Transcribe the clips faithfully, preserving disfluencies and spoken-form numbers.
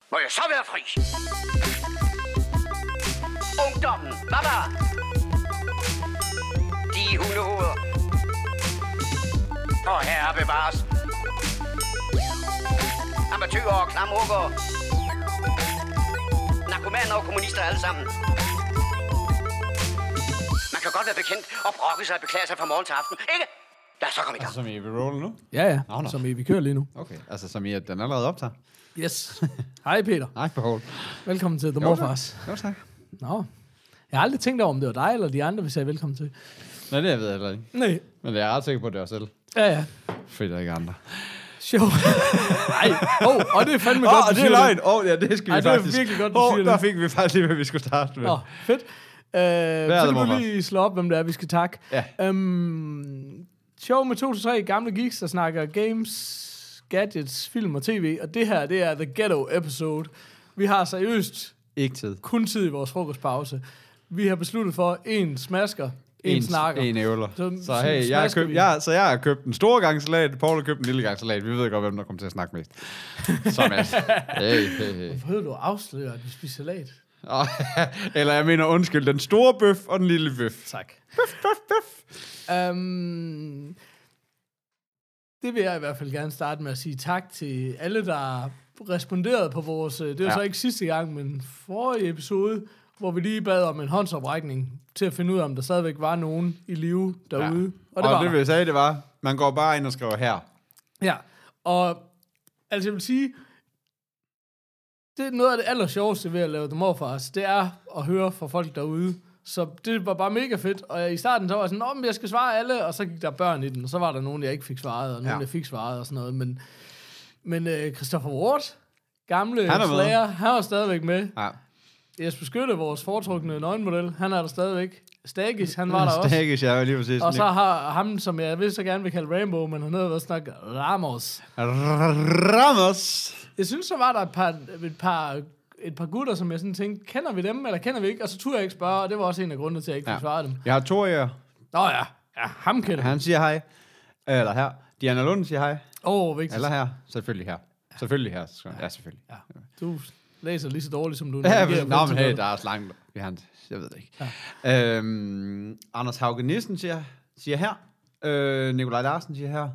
Må jeg så være fri? Ungdommen, baba! De hundehoveder. Og herre bevares. Amatøger og klamrukker. Narkomaner og kommunister alle sammen. Man kan godt være bekendt og brokke sig og beklage sig fra morgen til aften, ikke? Lad os så komme i gang. Altså, som I vil rolle nu? Ja, ja. Nå, nå. Som I, vi kører lige nu. Okay, altså som I, at den allerede optager? Yes. Hej Peter. Nej, behold. Velkommen til The Jo, Morfars. Jo, tak. Nå. Jeg har aldrig tænkt over, om det var dig eller de andre, vi sagde velkommen til. Nej, det ved jeg heller ikke. Nej. Men det er jeg ret sikker på, at det er selv. Ja, ja. Fordi der er ikke andre. Sjov. Nej. Oh, og det er fandme Åh, godt, oh, du det er siger løgn. Åh, oh, ja, det skal vi Ej, det er faktisk. virkelig godt, du Åh, siger der det. fik vi faktisk lige, hvad vi skulle starte med. Nå, fedt. Øh, er så det, kan du morfar? lige slå op, hvem det er, vi skal takke. Ja. Øhm, show med to til tre gamle geeks, der snakker games, gadgets, film og tv. Og det her, det er The Ghetto episode. Vi har seriøst Ikke tid. kun tid i vores frokostpause. Vi har besluttet for en smasker, en, en snakker. En ævler. Så- Så, så så hey, jeg har, smasker købt, vi. jeg, så jeg har købt en stor gang salat, Paul har købt en lille gang salat. Vi ved godt, hvem der kommer til at snakke mest. Så Mads. Hey, hey, hey. Hvorfor hører du afsløre, at vi spiser salat? Åh, Eller jeg mener, undskyld, den store bøf og den lille bøf. Tak. Um, det vil jeg i hvert fald gerne starte med at sige tak til alle, der responderede på vores... Det var ja. Ja. så ikke sidste gang, men forrige episode, hvor vi lige bad om en håndsoprækning til at finde ud af, om der stadigvæk var nogen i live derude. Ja. Og det Og var det, der. vil jeg sige, det var, man går bare ind og skriver her. Ja, og altså jeg vil sige, det er noget af det aller sjoveste ved at lave The Morfars, det er at høre fra folk derude. Så det var bare mega fedt, og i starten så var jeg sådan, om jeg skal svare alle, og så gik der børn i den, og så var der nogen, jeg ikke fik svaret, og nogen, Ja. jeg fik svaret og sådan noget. Men, men uh, Christopher Ward, gamle Han er med. slager, han var stadigvæk med. Ja. Jesper Skytte, vores foretrukne nøgenmodel, han er der stadigvæk. Stagis, han var der også. Stækkes, jeg lige præcis. Og så har ham, som jeg vil så gerne vil kalde Rainbow, men han hedder også snakke Ramos. Ramos. Jeg synes, så var der et par, et par, et par gutter, som jeg sådan tænkte, kender vi dem, eller kender vi ikke? Og så turde jeg ikke spørge, og det var også en af grundene til, at jeg ikke Ja. fik svaret dem. Jeg har to her. Nå ja, ja, ham kender han. Han siger hej. Eller her. Diana Lund siger hej. Åh, oh, vigtigt. Eller her. Selvfølgelig her. Selvfølgelig her. Ja, selvfølgelig. Ja. Du læser lige så dårligt, som du Ja, navigerer men, på nå, men hey, internettet. der er slangt. Vi har en, jeg ved det ikke. Ja. Øhm, Anders Hauge Nielsen siger, siger her. Øh, Nikolaj Larsen siger her.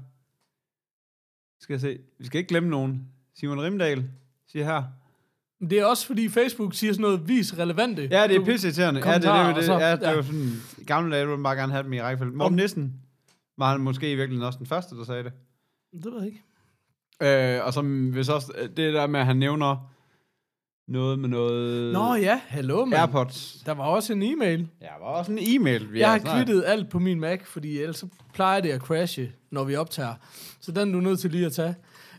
Skal jeg se. Vi skal ikke glemme nogen. Simon Rimdal siger her. Men det er også, fordi Facebook siger sådan noget, vis relevante. Ja, det er Du- pisseirriterende. Ja, det er det, kommentarer, med det. og så- Ja, det er ja. jo sådan, i gamle dage ville man bare gerne have dem i rækkefølge. Morten Nissen var han måske i virkeligheden også den første, der sagde det. Det ved jeg ikke. Øh, og så hvis også, det der med, at han nævner noget med noget... Nå ja, hallo mand. AirPods. Der var også en e-mail. Ja, der var også en e-mail. Vi Jeg er har snart- kvittet alt på min Mac, fordi ellers så plejer det at crashe, når vi optager. Så den er du nødt til lige at tage.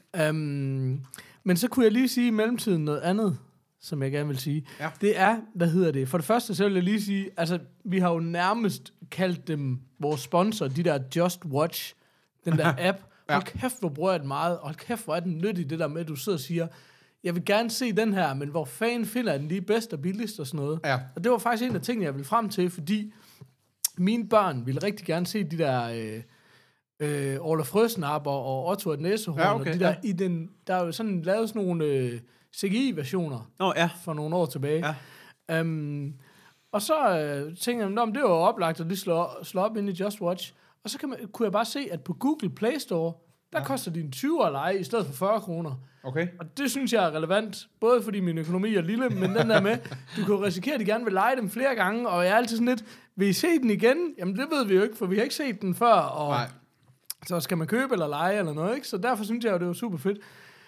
Um, men så kunne jeg lige sige i mellemtiden noget andet, som jeg gerne vil sige. Ja. Det er, hvad hedder det? For det første, så vil jeg lige sige, altså, vi har jo nærmest kaldt dem vores sponsor, de der Just Watch, den der app. Ja. Hold kæft, hvor bruger jeg den meget. Hold kæft, hvor er den nyttig, det der med, at du sidder og siger, jeg vil gerne se den her, men hvor fanden finder jeg den lige bedst og billigst og sådan noget. Ja. Og det var faktisk en af tingene, jeg ville frem til, fordi mine børn ville rigtig gerne se de der øh, øh, Orla Frøsnapper og Otto og Næsehorn. Ja, okay, og de der, ja. i den, der er jo sådan lavet sådan nogle øh, C G I-versioner Nå, ja. for nogle år tilbage. Ja. Um, og så øh, tænkte jeg, "Nå, men det var jo oplagt at lige slå, slå op ind i Just Watch. Og så kan man, kunne jeg bare se, at på Google Play Store, der ja. koster de en tyver at lege i stedet for fyrre kroner. Okay. Og det synes jeg er relevant, både fordi min økonomi er lille, men den der med, du kan jo risikere, at de gerne vil lege dem flere gange, og jeg er altid sådan lidt, vil I se den igen? Jamen det ved vi jo ikke, for vi har ikke set den før, og Nej. så skal man købe eller lege eller noget, ikke? Så derfor synes jeg jo, det var super fedt.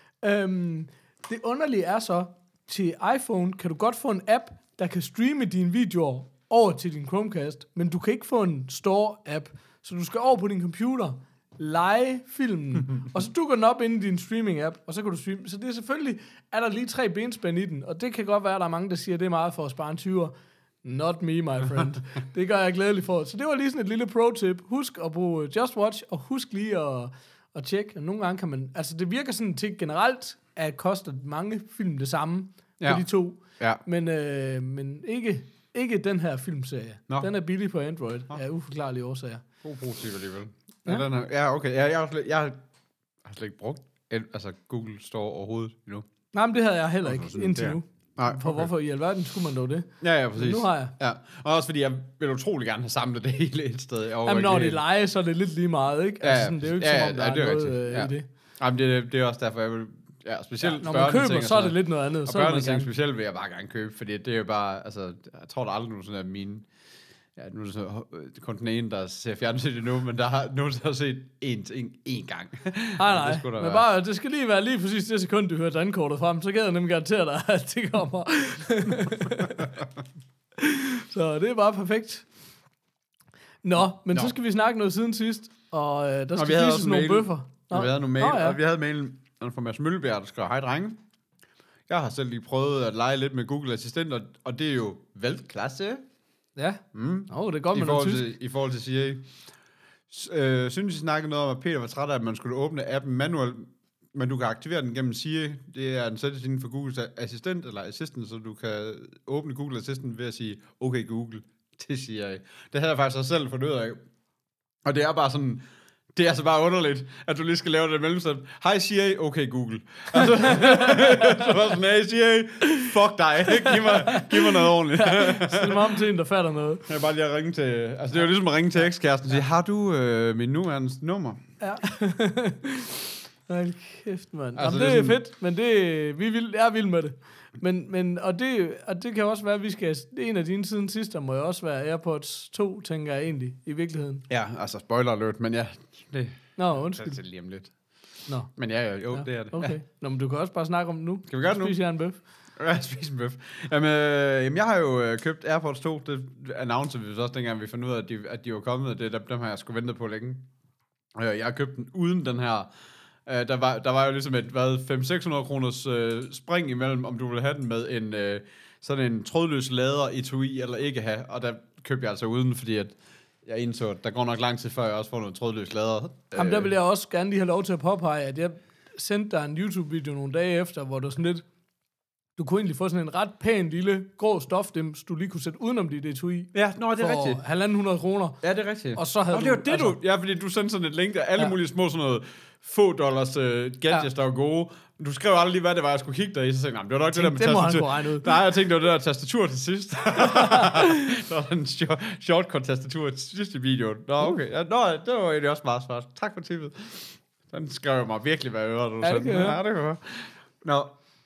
Øhm, det underlige er så, til iPhone kan du godt få en app, der kan streame dine videoer over til din Chromecast, men du kan ikke få en Store-app, så du skal over på din computer, lege filmen, og så dukker den op inde i din streaming-app, og så kan du streame. Så det er selvfølgelig, er der lige tre benspænd i den, og det kan godt være, at der er mange, der siger, at det er meget for at spare en tyver. Not me, my friend. Det gør jeg glædeligt for. Så det var lige sådan et lille pro-tip. Husk at bruge Just Watch, og husk lige at, at tjekke. Nogle gange kan man... Altså, det virker sådan til generelt, at koster mange film det samme Ja. på de to. Ja. Men, øh, men ikke, ikke den her filmserie. Nå. Den er billig på Android af uforklarlige årsager. God pro-tip alligevel. Ja. Ja, den her, ja okay. Ja, jeg, har slet, jeg har slet ikke brugt el, altså Google Store overhovedet endnu. Nej, men det havde jeg heller ikke Hvorfor indtil det? nu. Nej, For okay. hvorfor i alverden skulle man dog det? Ja, ja, præcis. Men nu har jeg. Ja. Og også fordi, jeg vil utrolig gerne have samlet det hele et sted. Jeg Jamen, når det er leje, så er det lidt lige meget, ikke? Ja, Altså, sådan, det er jo ikke ja, som om, der ja, er, det er noget rigtigt. øh, Ja. i det. Jamen, det, det er også derfor, jeg vil... Ja, specielt Ja, når man køber, så er det lidt noget andet. Og Så vil man børneting gerne. specielt vil jeg bare gerne købe, fordi det er jo bare... Altså, jeg tror der aldrig nogen sådan, at mine... Ja, nu er det så kun den ene, der ser fjernsyn endnu, men der har nogen, der har set én ting én gang. Nej, nej, det, men bare, det skal lige være lige præcis det sekund, du hører dankortet frem, så kan jeg nemlig garantere dig, at det kommer. Så det er bare perfekt. Nå, men Nå. så skal vi snakke noget siden sidst, og øh, der skal spises nogle bøffer. Nå. Vi havde nogle mail, Nå, ja. og vi havde mailen fra Mads Mølleberg, der skrev, hej drenge. Jeg har selv lige prøvet at lege lidt med Google Assistent, og, og det er jo velklasse. Ja, Mm. oh, det er godt I med noget forhold tysk. til, I forhold til C A. S- øh, synes I snakkede noget om, at Peter var træt af, at man skulle åbne appen manuelt, men du kan aktivere den gennem Siri. Det er en sætning for Googles assistent, eller assistent, så du kan åbne Google Assistant ved at sige, okay Google, det siger jeg. Det havde jeg faktisk også selv fundet ud af. Og det er bare sådan, det er altså bare underligt, at du lige skal lave det mellemstep. Hej Siri, okay Google. Altså, så var sådan, hey Siri, fuck dig, giv mig, giv mig noget ordentligt. Stil mig om til en, der fatter noget. Jeg er bare lige at ringe til... Altså, det er jo ligesom at ringe til ekskæresten og sige, har du øh, min nuværende nummer? Ja. Hold kæft, mand. Altså, Jamen, det det er er sådan- fedt, men det, vi vil, jeg er vild med det. Men, men, og, det, og det kan også være, at vi skal... En af dine siden sidste må jo også være AirPods to, tænker jeg egentlig, i virkeligheden. Ja, altså spoiler alert, men ja, det Nå, er undskyld. til lige om lidt. Nå, Men ja, jo, ja, det er det. okay. Nå, men du kan også bare snakke om det nu. Skal vi gøre det nu? Spiser jeg en bøf? Ja, spise en bøf. Jamen, øh, jamen, jeg har jo øh, købt AirPods to. Det annoncerede vi så også, dengang vi fandt ud af, at de, at de var kommet. Og det er dem, dem har jeg skulle vente på længe. Øh, jeg har købt den uden den her... Øh, der, var, der var jo ligesom et, hvad, fem hundrede til seks hundrede kroners øh, spring imellem, om du ville have den med en øh, sådan en trådløs lader i etui, eller ikke have. Og der købte jeg altså uden, fordi at jeg indså, at der går nok lang tid, før jeg også får noget trådløs lader. Jamen, der vil jeg også gerne lige have lov til at påpege, at jeg sendte dig en YouTube-video nogle dage efter, hvor du sådan lidt... Du kunne egentlig få sådan en ret pæn lille grå stofdims, du lige kunne sætte udenom dit etui. Ja, nå, det er for rigtigt. halvanden hundrede kroner. Ja, det er rigtigt. Og så havde Nå, det var du- det, altså- du... Ja, fordi du sendte sådan et link, der alle Ja. mulige små sådan noget få dollars uh, gadgets, Ja. der var gode. Du skrev aldrig lige, hvad det var, jeg skulle kigge der i, så tænkte jeg, det var nok det der med Det må han tastatur. kunne regne ud. Nej, jeg tænkte, det var det der tastatur til sidst. Der var en short- shortcut-tastatur til sidst i videoen. Nå, okay. Ja, nå, det var egentlig også meget smart. Tak for tippet. Den skrev jeg mig virkelig, hvad ører, du Ja, det sendte. kan jeg høre. Ja, det kan jeg høre. Nå.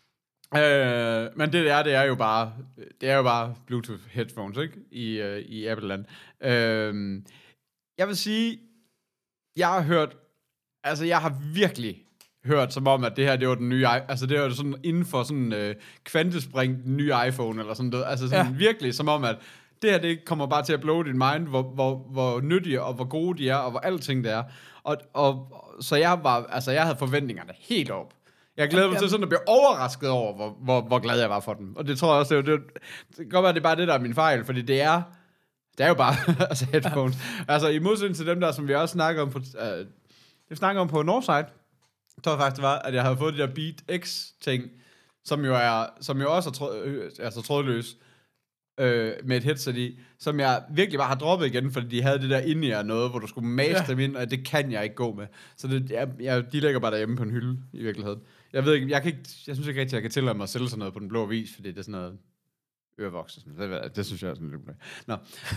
Øh, men det der, det er jo bare, det er jo bare Bluetooth headphones, ikke? I, øh, i Apple-land. Øh, jeg vil sige, jeg har hørt, altså jeg har virkelig hørt som om, at det her, det var den nye, i- altså det var sådan inden for sådan øh, kvantespring, den nye iPhone, eller sådan noget. Altså sådan Ja. virkelig som om, at det her, det kommer bare til at blow din mind, hvor, hvor, hvor nyttige og hvor gode de er, og hvor alting det er. Og, og, så jeg var, altså jeg havde forventningerne helt op. Jeg glæder mig til sådan at blive overrasket over, hvor, hvor, hvor glad jeg var for den. Og det tror jeg også, det, er jo- det, det kan godt være, det er bare det, der er min fejl, fordi det er, det er jo bare altså headphones. Ja. Altså i modsætning til dem der, som vi også snakker om på, øh, det snakker om på Northside, tror jeg faktisk, det var, at jeg havde fået de der Beat X-ting, som jo, er, som jo også er tråd, øh, altså trådløs, øh, med et headset i, som jeg virkelig bare har droppet igen, fordi de havde det der inde i noget, hvor du skulle mase Ja. dem ind, og det kan jeg ikke gå med. Så det, jeg, jeg, de ligger bare derhjemme på en hylde, i virkeligheden. Jeg ved ikke, jeg, kan ikke, jeg synes ikke rigtig, jeg kan tillade mig at sælge sådan noget på den blå vis, fordi det er sådan noget ørevoks. og sådan. Det, det synes jeg er sådan lidt... Nå.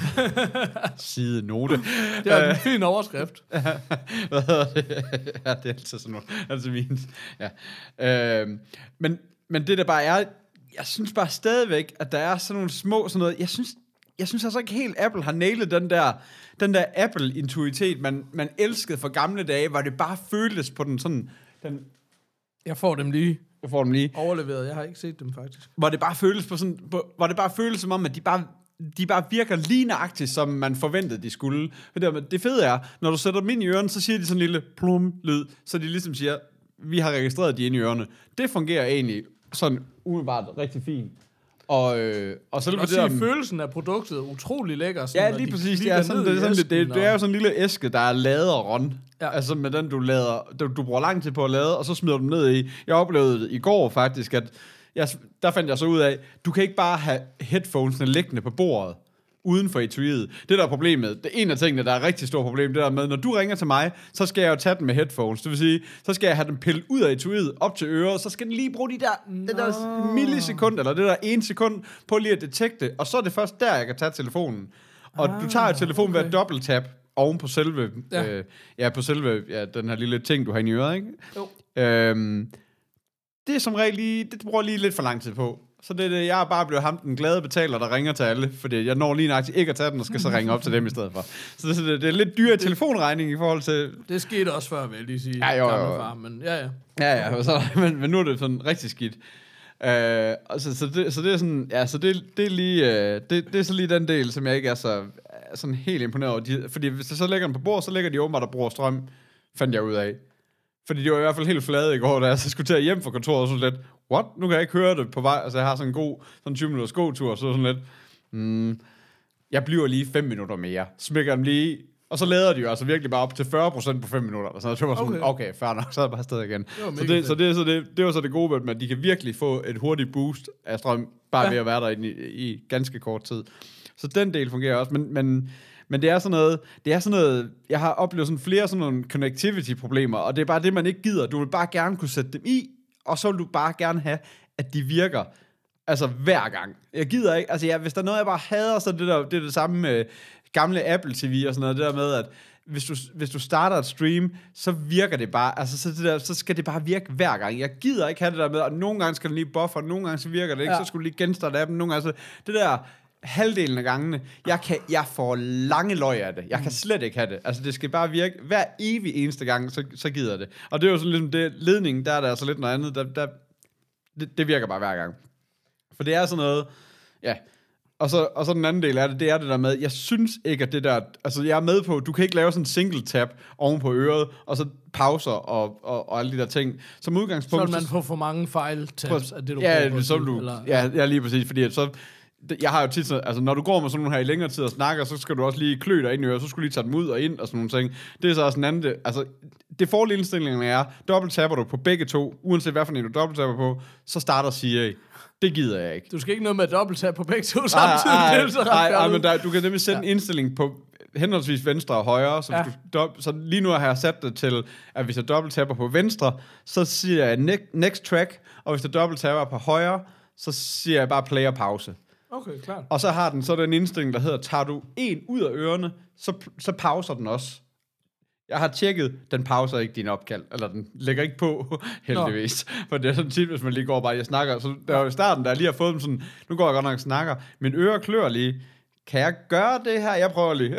Side note. Det er en fin overskrift. Hvad hedder det? Ja, det er altid sådan noget. Altså min. Ja. Øhm, men, men det der bare er, jeg synes bare stadigvæk, at der er sådan nogle små sådan noget, jeg synes, jeg synes altså ikke helt, Apple har nailet den der, den der Apple-intuitet, man, man elskede for gamle dage, hvor det bare føltes på den sådan, den, Jeg får dem lige jeg får dem lige, overleveret. Jeg har ikke set dem, faktisk. hvor det bare føles på sådan, på, hvor det bare føles som om, at de bare, de bare virker lige nøjagtigt, som man forventede, de skulle. Det, det fede er, når du sætter dem ind i ørerne, så siger de sådan en lille plum-lyd, så de ligesom siger, vi har registreret de inde i ørerne. Det fungerer egentlig sådan umiddelbart rigtig fint. Og, øh, og selv Jeg for vil det sige, der, følelsen af produktet er utrolig lækker. Sådan, ja, når lige de præcis. Det glider er, sådan, ned det, er i sådan, det, det, æsken, det er jo og- sådan en lille æske, der er laderon. Ja. Ja. Altså med den, du lader, du, du bruger lang tid på at lade, og så smider du den ned i. Jeg oplevede i går faktisk, at jeg, der fandt jeg så ud af, du kan ikke bare have headphonesene liggende på bordet. uden for etuiet. Det der er problemet, det er en af tingene, der er rigtig stort problem, det der med, når du ringer til mig, så skal jeg jo tage den med headphones. Det vil sige, så skal jeg have den pillet ud af etuiet, op til øret, så skal den lige bruge de der, no. det der millisekund, eller det der en sekund, på lige at detekte, og så er det først der, jeg kan tage telefonen. Og ah, du tager jo telefonen okay. ved at dobbelt-tap oven på selve, ja. Øh, ja, på selve, ja, den her lille ting, du har i øret, ikke? Jo. Øhm, det er som regel lige, det bruger lige lidt for lang tid på. Så det er det, jeg er bare blevet ham den glade betaler, der ringer til alle, fordi jeg når lige nøjagtigt ikke at tage den, og skal så ringe op til dem i stedet for. Så det, det, det er lidt dyre telefonregning i forhold til... Det skete også før, vil jeg lige sige. Ja, jo, jo, jo. Far, men ja, ja. Ja, ja, så, men, men nu er det sådan rigtig skidt. Uh, altså, så, det, så det er sådan, ja, så det, det er lige, uh, det, det er så lige den del, som jeg ikke er så sådan helt imponeret over. De, fordi hvis jeg så lægger den på bord, så lægger de åbenbart, der bruger strøm, fandt jeg ud af. Fordi de var i hvert fald helt flade i går, da jeg så skulle til hjem fra kontoret, og så lidt, what? Nu kan jeg ikke høre det på vej. Altså, jeg har sådan en god, sådan tyve minutters gåtur, så sådan lidt, mm, jeg bliver lige fem minutter mere. Smækker dem lige, og så lader de jo altså virkelig bare op til fyrre procent på fem minutter. Og så var sådan, okay, okay fair nok, så er jeg bare afsted igen. Det så, det, så, det, så det, det var så det gode ved, at de kan virkelig få et hurtigt boost af strøm, bare ja. ved at være der i, i ganske kort tid. Så den del fungerer også, men... men Men det er sådan noget, det er sådan noget, jeg har oplevet sådan flere sådan nogle connectivity-problemer, og det er bare det, man ikke gider. Du vil bare gerne kunne sætte dem i, og så vil du bare gerne have, at de virker, altså hver gang. Jeg gider ikke, altså ja, hvis der er noget, jeg bare hader, så det, der, det er det samme med gamle Apple T V og sådan noget, det der med, at hvis du, hvis du starter et stream, så virker det bare, altså så, det der, så skal det bare virke hver gang. Jeg gider ikke have det der med, og nogle gange skal den lige buffer, nogle gange så virker det ikke, ja. Så skulle du lige genstarte appen, nogle gange så, det der... halvdelen af gangene, jeg, kan, jeg får lange løg af det. Jeg kan slet ikke have det. Altså, det skal bare virke hver evig eneste gang, så, så gider det. Og det er jo sådan ligesom det, ledningen, der er der altså lidt noget andet, der, der, det, det virker bare hver gang. For det er sådan noget, ja. Og så, og så den anden del af det, det er det der med, jeg synes ikke, at det der, altså jeg er med på, du kan ikke lave sådan en single tap oven på øret, og så pauser og, og, og alle de der ting. Som udgangspunkt... Så man får for mange fejl-tabs af det, du ja, prøver så du, eller, ja, ja, lige præcis, fordi at så... Jeg har jo tit sådan, altså når du går med sådan nogle her i længere tid og snakker, så skal du også lige klø dig ind i øret, så skal du lige tage dem ud og ind og sådan nogle ting. Det er så også en anden, det, altså det fordele indstillingerne er, dobbelt-tapper du på begge to, uanset hvad for en du dobbelt-tapper på, så starter C A. Det gider jeg ikke. Du skal ikke noget med dobbelt-tap på begge to samtidig. Nej, nej, men der, du kan nemlig sætte ja. en indstilling på henholdsvis venstre og højre, så, ja. du, do, så lige nu har jeg sat det til, at hvis jeg dobbelt-tapper på venstre, så siger jeg next, next track, og hvis jeg dobbelt-tapper på højre, så siger jeg bare play og pause. Okay, klart. Og så har den så den indstilling, der hedder, tager du en ud af ørerne, så, så pauser den også. Jeg har tjekket, den pauser ikke din opkald, eller den lægger ikke på, heldigvis. Nå. For det er sådan tit, hvis man lige går bare, jeg snakker, så der var i starten, der jeg lige har fået dem sådan, nu går jeg godt nok og snakker, min øre klør lige, kan jeg gøre det her? Jeg prøver lige.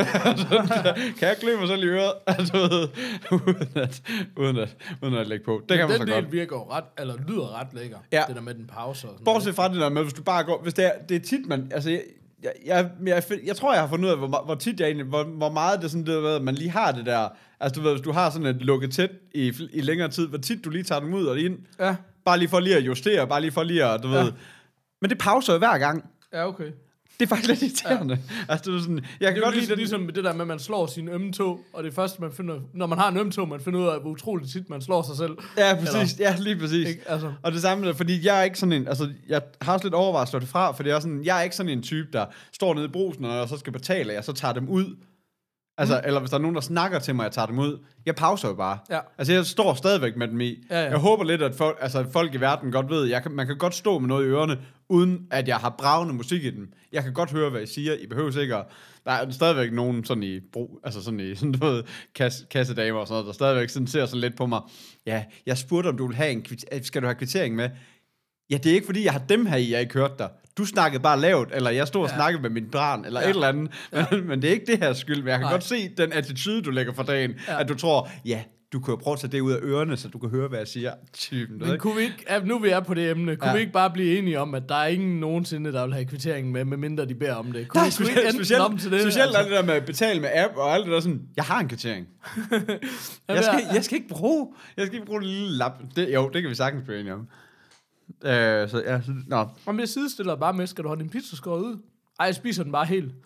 Kan jeg klø mig selv i øret? Altså, uden, at, uden, at, uden at lægge på. Det men kan man den så del godt. Virker ret, eller lyder ret lækker. Ja. Det der med den pause. Og sådan bortset fra det der med, hvis du bare går... Hvis det er, det er tit, man... Altså, jeg, jeg, jeg, jeg, jeg tror, jeg har fundet ud af, hvor, hvor tit jeg egentlig... Hvor, hvor meget det er sådan, det ved, at man lige har det der... Altså, du ved, hvis du har sådan et lukket tæt i, i længere tid, hvor tit du lige tager dem ud og ind. Ja. Bare lige for lige at justere, bare lige for lige at... Du ved. Ja. Men det pauser jo hver gang. Ja, okay. Det er faktisk lidt irriterende. Ja. Altså, det er sådan, jeg kan det er godt ligesom, lide ligesom det der med, at man slår sin ømme tå, og det første, man finder, når man har en ømme tå, man finder ud af, hvor utroligt tit man slår sig selv. Ja, præcis. Eller, ja, lige præcis. Ikke? Altså. Og det samme, fordi jeg er ikke sådan en, altså, jeg har også lidt overvejet at slå det fra, fordi jeg er, sådan, jeg er ikke sådan en type, der står nede i brusen, og jeg så skal betale, jeg så tager dem ud. Altså, mm. eller hvis der er nogen, der snakker til mig, jeg tager dem ud. Jeg pauser jo bare. Ja. Altså, jeg står stadigvæk med dem i. Ja, ja. Jeg håber lidt, at folk, altså, folk i verden godt ved, jeg kan, man kan godt stå med noget i ørerne, uden at jeg har bragende musik i dem. Jeg kan godt høre, hvad I siger. I behøver sikkert... Der er stadigvæk nogen sådan i brug, altså sådan i sådan noget kasse, kassedamer og sådan noget, der stadigvæk sådan ser så lidt på mig. Ja, jeg spurgte, om du vil have en kvittering. Skal du have kvittering med? Ja, det er ikke fordi, jeg har dem her i, jeg ikke hørt dig. Du snakkede bare lavt, eller jeg stod og ja. snakkede med min barn, eller ja. et eller andet. Ja. Men, men det er ikke det her skyld, men jeg kan Nej. godt se den attitude, du lægger for dagen, ja. at du tror, ja, du kan jo prøve at tage det ud af ørerne, så du kan høre, hvad jeg siger. Typen, men kunne vi ikke, nu vi er på det emne, kunne ja. vi ikke bare blive enige om, at der er ingen nogensinde, der vil have kvitteringen med, medmindre de beder om det? Kunne Nej, vi specielt, ikke specielt, om til det? Specielt altså. Det der med at betale med app og alt det der sådan, jeg har en kvittering. jeg, skal, jeg skal ikke bruge, jeg skal ikke bruge en lille lap. Det, jo, det kan vi sagtens blive enige om. Uh, så ja, så, nå. Om jeg sidestiller bare med, skal du have din pizza skåret ud? Ej, jeg spiser den bare helt.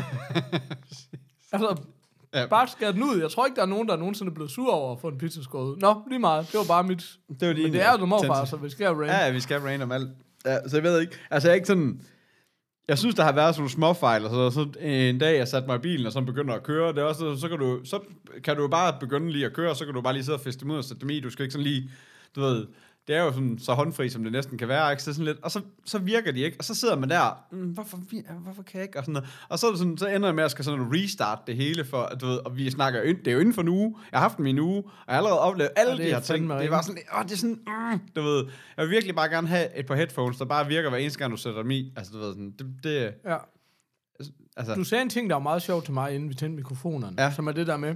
Altså, ja. bare skære den ud. Jeg tror ikke, der er nogen, der er nogensinde er blevet sur over at få en pizza skåret ud. Nå, lige meget. Det var bare mit... Det var men det er jo du morfar, så vi skal rain. Ja, vi skal rain om alt. Ja, så jeg ved ikke... Altså, jeg er ikke sådan... Jeg synes, der har været sådan nogle småfejl, og så, så en dag, jeg satte mig i bilen, og så begynder at køre, det er også, så, kan du, så kan du bare begynde lige at køre, og så kan du bare lige sidde og feste mod og sætte dem i, du skal ikke sådan lige, du ved, det er jo sådan, så håndfri, som det næsten kan være, ikke? Så, sådan lidt, og så, så virker de ikke, og så sidder man der, mm, hvorfor, hvorfor kan jeg ikke, og sådan noget. Og så, sådan, så ender jeg med at skal sådan restart det hele, for, du ved, og vi snakker, det er jo inden for en uge, jeg har haft dem i en uge, og jeg har allerede oplevet alle de her ting, det var sådan, åh, det er sådan, mm, du ved, jeg vil virkelig bare gerne have et par headphones, der bare virker hver eneste gang, du sætter dem i, altså du ved, sådan, det, det ja. Altså. Du sagde en ting, der var meget sjov til mig, inden vi tændte mikrofonerne, ja. som er det der med,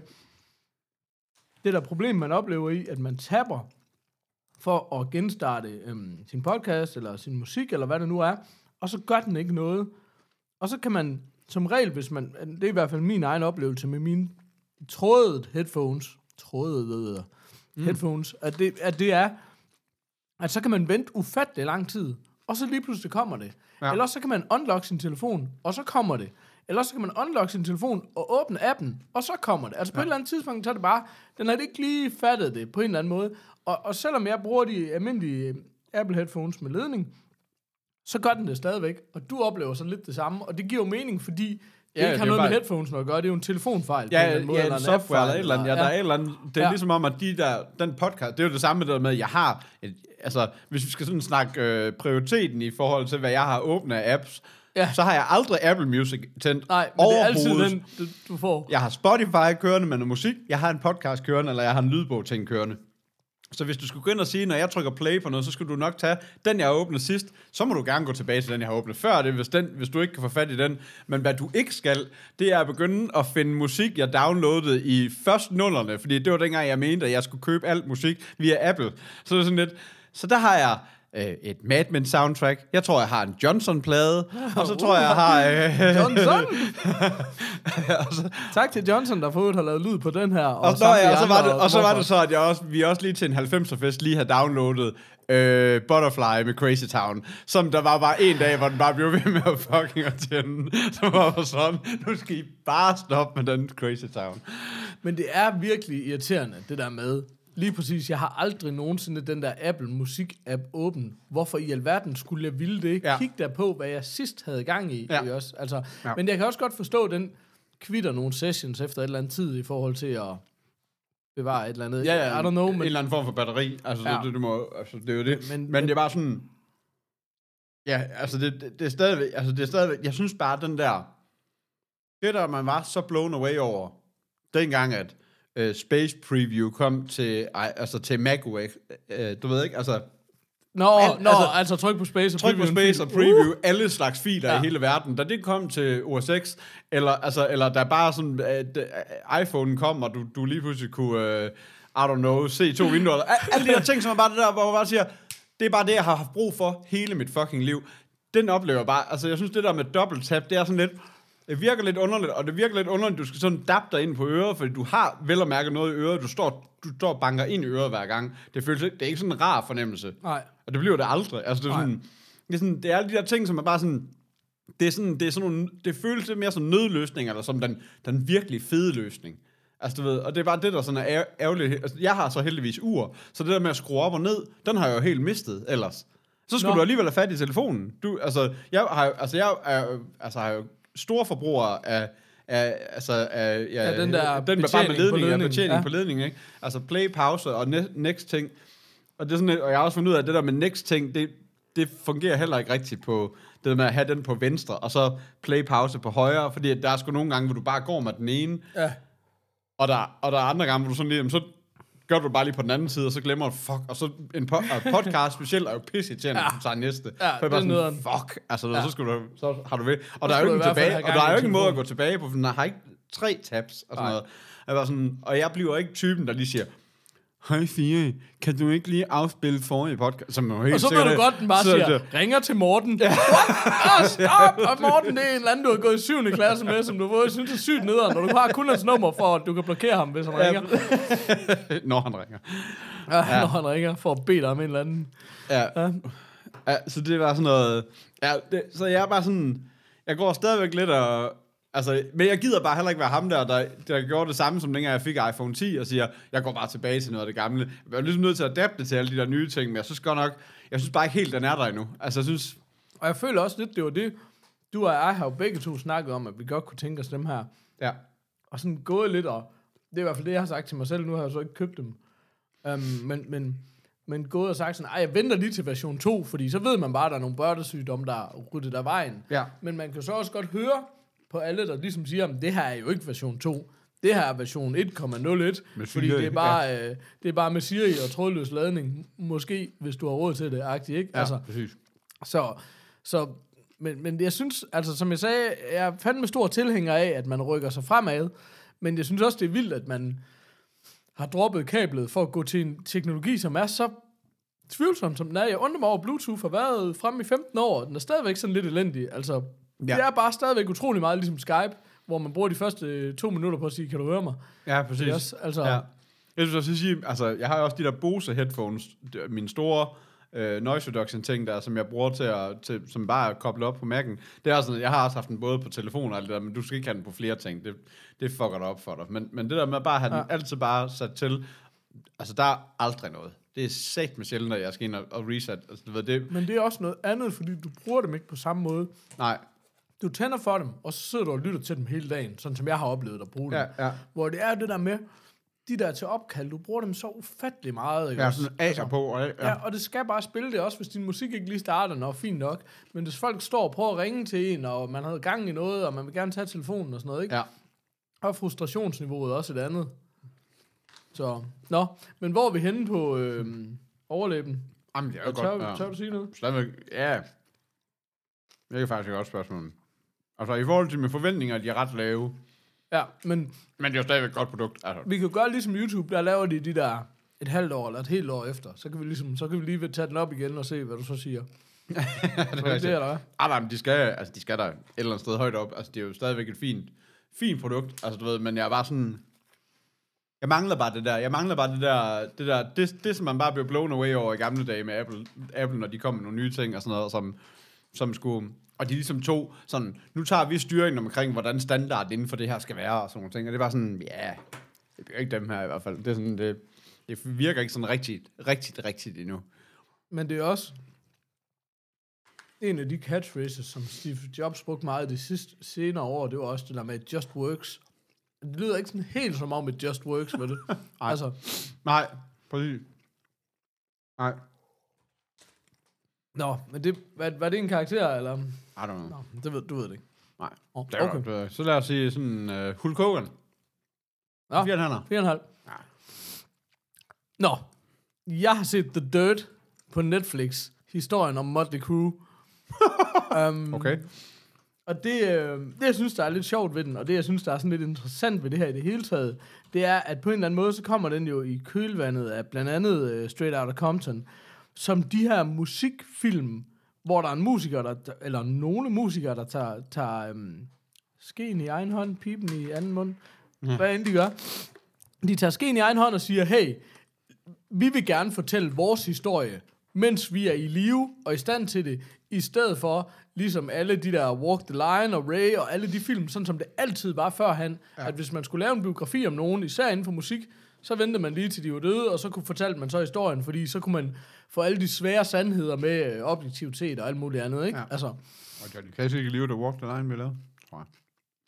det der problem, man oplever i, at man tapper for at genstarte øhm, sin podcast, eller sin musik, eller hvad det nu er, og så gør den ikke noget. Og så kan man, som regel, hvis man, det er i hvert fald min egen oplevelse med mine trådede headphones, trådede mm. headphones, at det, at det er, at så kan man vente ufattelig lang tid, og så lige pludselig kommer det. Ja. Eller så kan man unlock sin telefon, og så kommer det. Eller så kan man unlock sin telefon og åbne appen, og så kommer det. Altså på ja. et eller andet tidspunkt, så er det bare, den har ikke lige fattet det på en eller anden måde. Og, og selvom jeg bruger de almindelige Apple headphones med ledning, så gør den det stadigvæk. Og du oplever så lidt det samme, og det giver jo mening, fordi det ja, ikke har noget bare med headphones at gøre. Det er jo en telefonfejl. Ja, på en måde, ja, eller en en software eller et eller andet. Ja, ja. der er et eller andet. Det er ja. ligesom om, at de der, den podcast, det er jo det samme der med, at jeg har, et, altså, hvis vi skal sådan snakke øh, prioriteten i forhold til, hvad jeg har åbnet af apps, ja. så har jeg aldrig Apple Music tændt. Nej, men det er altid den, du, du får. Jeg har Spotify kørende med noget musik, jeg har en podcast kørende, eller jeg har en lydbog ting kørende. Så hvis du skulle gå ind og sige, når jeg trykker play på noget, så skulle du nok tage den, jeg har åbnet sidst. Så må du gerne gå tilbage til den, jeg har åbnet før det, hvis, den, hvis du ikke kan få fat i den. Men hvad du ikke skal, det er at begynde at finde musik, jeg downloadede i først nullerne. Fordi det var dengang, jeg mente, at jeg skulle købe alt musik via Apple. Så det er sådan lidt. Så der har jeg øh, et Mad Men soundtrack. Jeg tror, jeg har en Johnson-plade. Og så tror jeg, jeg har... Øh, Johnson? så, tak til Johnson, der forhåbentlig har lavet lyd på den her. Og, og, så, ja, og, så, var det, og så var det så, at jeg også, vi også lige til en halvfemser-fest lige havde downloadet øh, Butterfly med Crazy Town, som der var bare en dag, hvor den bare blev ved med at fucking at tænde. Så var det sådan, nu skal I bare stoppe med den Crazy Town. Men det er virkelig irriterende, det der med... Lige præcis, jeg har aldrig nogensinde den der Apple Musik-app åben. Hvorfor i alverden skulle jeg ville det? Ja. Kig der på, hvad jeg sidst havde gang i. Ja. Også. Altså, ja. Men jeg kan også godt forstå, den kvitter nogle sessions efter et eller andet tid i forhold til at bevare et eller andet. Ja, ja, I don't know, en men... eller anden form for batteri. Altså, ja. det, det, må, altså, det er jo det. Men, men, men det er bare sådan... Ja, altså, det, det, det er stadigvæk... Altså, det er stadigvæk... Jeg synes bare, den der... Det der, man var så blown away over, dengang, at Uh, Space Preview kom til, ej, altså til macOS, uh, du ved ikke, altså... Nå, al, nå altså, altså tryk på Space og tryk Preview. Tryk på Space og Preview, uh! alle slags filer ja. i hele verden. Da det kom til O S X, eller, altså, eller der bare sådan, at uh, iPhone kom, og du, du lige pludselig kunne, uh, I don't know, se to vinduer. Alle de der ting, som er bare det der, hvor man bare siger, det er bare det, jeg har haft brug for hele mit fucking liv. Den oplever bare, altså jeg synes, det der med dobbelt tap, det er sådan lidt... Det virker lidt underligt, og det virker lidt underligt, du skal sådan dabbe dig ind på øret, fordi du har vel at mærke noget i øret, du står, du står og banker ind i øret hver gang. Det føles det er ikke sådan en rar fornemmelse. Nej. Og det bliver det aldrig. Altså det er sådan, det er sådan, det er alle de der ting, som er bare sådan, det er sådan, det er sådan nogle, det føles lidt mere som nødløsning, eller som den, den virkelig fede løsning. Altså du ved, og det er bare det, der sådan er ærgerligt. Altså, jeg har så heldigvis ur, så det der med at skrue op og ned, den har jeg jo helt mistet ellers. Så skulle Nå. du alligevel have fat i telefonen. Du, altså, jeg har, altså, jeg er, altså, har jo store forbrugere af, af, altså, af ja, ja, den der den med bare med ledning, ledning. Ja, betjening ja. på ledning, ikke? Altså play, pause og ne- next ting. Og, det er sådan, og jeg har også fundet ud af, at det der med next ting, det, det fungerer heller ikke rigtigt på det der med at have den på venstre, og så play, pause på højre, fordi der er sgu nogle gange, hvor du bare går med den ene, ja. og, der, og der er andre gange, hvor du sådan lige, så gør du bare lige på den anden side, og så glemmer du, fuck, og så en po- podcast specielt er jo pisse til, når du tager næste. Ja, for bare sådan, nederen. fuck, altså, ja. så, skal du, så har du ved. Og der er jo ikke tilbage, og der er jo ikke en måde at gå tilbage på, for den har ikke tre tabs, og sådan Nej. noget. Jeg var sådan, og jeg bliver ikke typen, der lige siger, hej Fie, kan du ikke lige afspille forrige podcast? Som helt og så vil du det. godt, den bare så siger, det. ringer til Morten. Ja. Oh, stop! Og Morten, det er en eller anden, du har gået i syvende klasse med, som du både synes er sygt nederen, når du har kun hans nummer for, at du kan blokere ham, hvis han ringer. når han ringer. Ja, ja, når han ringer, for at bede dig om en eller anden. Ja. ja. ja så det var sådan noget... Ja, det, så jeg er bare sådan... Jeg går stadigvæk lidt og... Altså, men jeg gider bare heller ikke være ham der, der, der gjorde det samme, som dengang jeg fik iPhone ti, og siger, jeg går bare tilbage til noget af det gamle. Jeg er ligesom nødt til at adapte til alle de der nye ting, men jeg synes godt nok, jeg synes bare ikke helt, den er der endnu. Altså, jeg synes... Og jeg føler også lidt, det var det, du og jeg har jo begge to snakket om, at vi godt kunne tænke os dem her. Ja. Og sådan gået lidt, og det er i hvert fald det, jeg har sagt til mig selv. Nu har jeg så ikke købt dem. Um, men, men, men gået og sagt sådan, ej, jeg venter lige til version to, fordi så ved man bare, at der er nogle børnesygdomme, der er ryddet af vejen. Ja. Men man kan så også godt høre på alle, der ligesom siger, at det her er jo ikke version to. Det her er version et komma nul et, fordi det er, bare, ja. øh, det er bare med Siri og trådløs ladning. Måske, hvis du har råd til det, agtigt, ikke? Ja, altså, præcis. Så, så men, men jeg synes, altså som jeg sagde, jeg er fandme stor tilhænger af, at man rykker sig fremad, men jeg synes også, det er vildt, at man har droppet kablet for at gå til en teknologi, som er så tvivlsom, som den er. Jeg undrer mig over, Bluetooth har været fremme i femten år, og den er stadigvæk sådan lidt elendig. Altså, ja. Det er bare stadigvæk utrolig meget ligesom Skype, hvor man bruger de første to minutter på at sige, kan du høre mig? Ja, præcis. Også, altså, ja. Jeg synes også sige, altså, jeg har jo også de der Bose headphones, mine store øh, noise reduction ting der, som jeg bruger til at, til, som bare er koblet op på Mac'en. Det er sådan, jeg har også haft den både på telefon og alt det der, men du skal ikke have den på flere ting. Det, det fucker dig op for dig. Men, men det der med at bare have ja. den altid bare sat til, altså der er aldrig noget. Det er sæt med sjældent, at jeg skal ind og, og reset. Altså, du ved, det. Men det er også noget andet, fordi du bruger dem ikke på samme måde. Nej. Du tænder for dem, og så sidder du og lytter til dem hele dagen, sådan som jeg har oplevet at bruge dem. Ja, ja. Hvor det er det der med, de der til opkald, du bruger dem så ufattelig meget. Ikke? Ja, sådan af altså, på. Og, ja. ja, og det skal bare spille det også, hvis din musik ikke lige starter, når fint nok. Men hvis folk står og prøver at ringe til en, og man havde gang i noget, og man vil gerne tage telefonen og sådan noget, ikke? Ja. Og frustrationsniveauet også et andet. Så, nå. Men hvor er vi henne på øh, overlæben? Jamen, det er jo tør, godt. Ja. Tør du sige noget? Stadigvæk, ja. Det er faktisk et godt spørgsmål. Altså, i forhold til mine forventninger, de er ret lave. Ja, men... Men det er jo stadigvæk et godt produkt. Altså. Vi kan gøre ligesom YouTube, der laver de de der et halvt år eller et helt år efter. Så kan vi ligesom, så kan vi lige tage den op igen og se, hvad du så siger. det er det, det eller hvad? Ah, nej, men de skal, altså, de skal der et eller andet sted højt op. Altså, det er jo stadigvæk et fint, fint produkt. Altså, du ved, men jeg er bare sådan... Jeg mangler bare det der. Jeg mangler bare det der... Det, der, det, det som man bare blev blown away over i gamle dage med Apple, Apple når de kom med nogle nye ting og sådan noget, som, som skulle... Og de ligesom tog sådan, nu tager vi styringen omkring, hvordan standard inden for det her skal være, og sådan nogle ting. Og det var sådan, ja, det bliver ikke dem her i hvert fald. Det er sådan, det, det virker ikke sådan rigtigt, rigtigt, rigtigt endnu. Men det er også en af de catchphrases, som Steve Jobs brugte meget de sidste senere år, det var også det der med, it just works. Det lyder ikke sådan helt som om, it just works, ved det? Nej. Altså. Nej, præcis. Nej. Nå, men det, var, var det en karakter, eller? I don't know. Nå, det ved, du ved det ikke. Nej. Oh, det er okay. Godt. Så lad os sige sådan, uh, Hulk Hogan. Nå, fire og en halv. fire og en halv. Ja. Nå, jeg har set The Dirt på Netflix. Historien om Motley Crue. um, Okay. Og det, øh, det, jeg synes, der er lidt sjovt ved den, og det, jeg synes, der er sådan lidt interessant ved det her i det hele taget, det er, at på en eller anden måde, så kommer den jo i kølvandet af blandt andet uh, Straight Outta Compton, som de her musikfilm, hvor der er en musiker, der, eller nogle musikere, der tager, tager um, skeen i egen hånd, pipen i anden mund, ja. Hvad end de gør. De tager skeen i egen hånd og siger, hey, vi vil gerne fortælle vores historie, mens vi er i live og i stand til det, i stedet for, ligesom alle de der Walk the Line og Ray og alle de film, sådan som det altid var førhen, ja. At hvis man skulle lave en biografi om nogen, især inden for musik, så ventede man lige til de var døde, og så kunne fortælle man så historien, fordi så kunne man få alle de svære sandheder med objektivitet og alt muligt andet, ikke? Ja. Altså. Og Johnny Cash ikke live, der Walk the Line, vi lavede, tror jeg.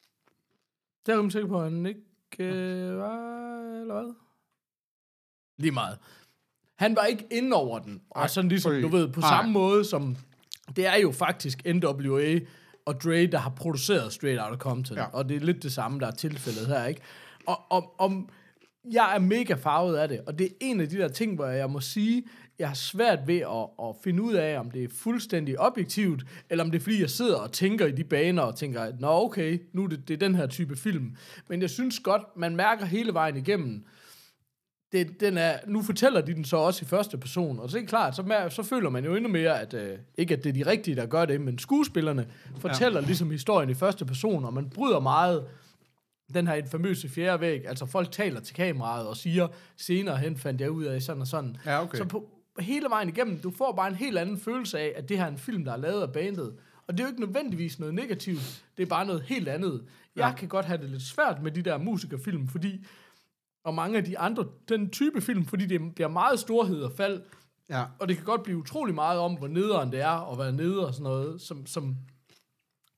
Det er jeg sikker på, at han ikke øh, var, eller hvad? Lige meget. Han var ikke inde over den, og Ej, sådan ligesom, du ved, på Ej. samme måde som, det er jo faktisk N W A og Dre, der har produceret Straight Outta Compton, ja. Og det er lidt det samme, der er tilfældet her, ikke? Og, og, og jeg er mega farvet af det, og det er en af de der ting, hvor jeg må sige, jeg har svært ved at, at finde ud af, om det er fuldstændig objektivt, eller om det er, fordi jeg sidder og tænker i de baner, og tænker, at nå okay, nu er det, det er den her type film. Men jeg synes godt, man mærker hele vejen igennem, det, den er, nu fortæller de den så også i første person, og så er det klart, så, mær, så føler man jo endnu mere, at øh, ikke at det er de rigtige, der gør det, men skuespillerne fortæller ja. Ligesom historien i første person, og man bryder meget den her famøse fjerde væg, altså folk taler til kameraet og siger, senere hen fandt jeg ud af sådan og sådan. Ja, okay. Så på hele vejen igennem, du får bare en helt anden følelse af, at det her er en film, der er lavet af bandet. Og det er jo ikke nødvendigvis noget negativt, det er bare noget helt andet. Jeg ja. Kan godt have det lidt svært med de der musikerfilm, fordi, og mange af de andre, den type film, fordi det bliver meget storhed og fald, ja. Og det kan godt blive utrolig meget om, hvor nederen det er, og hvad nede og sådan noget, som, som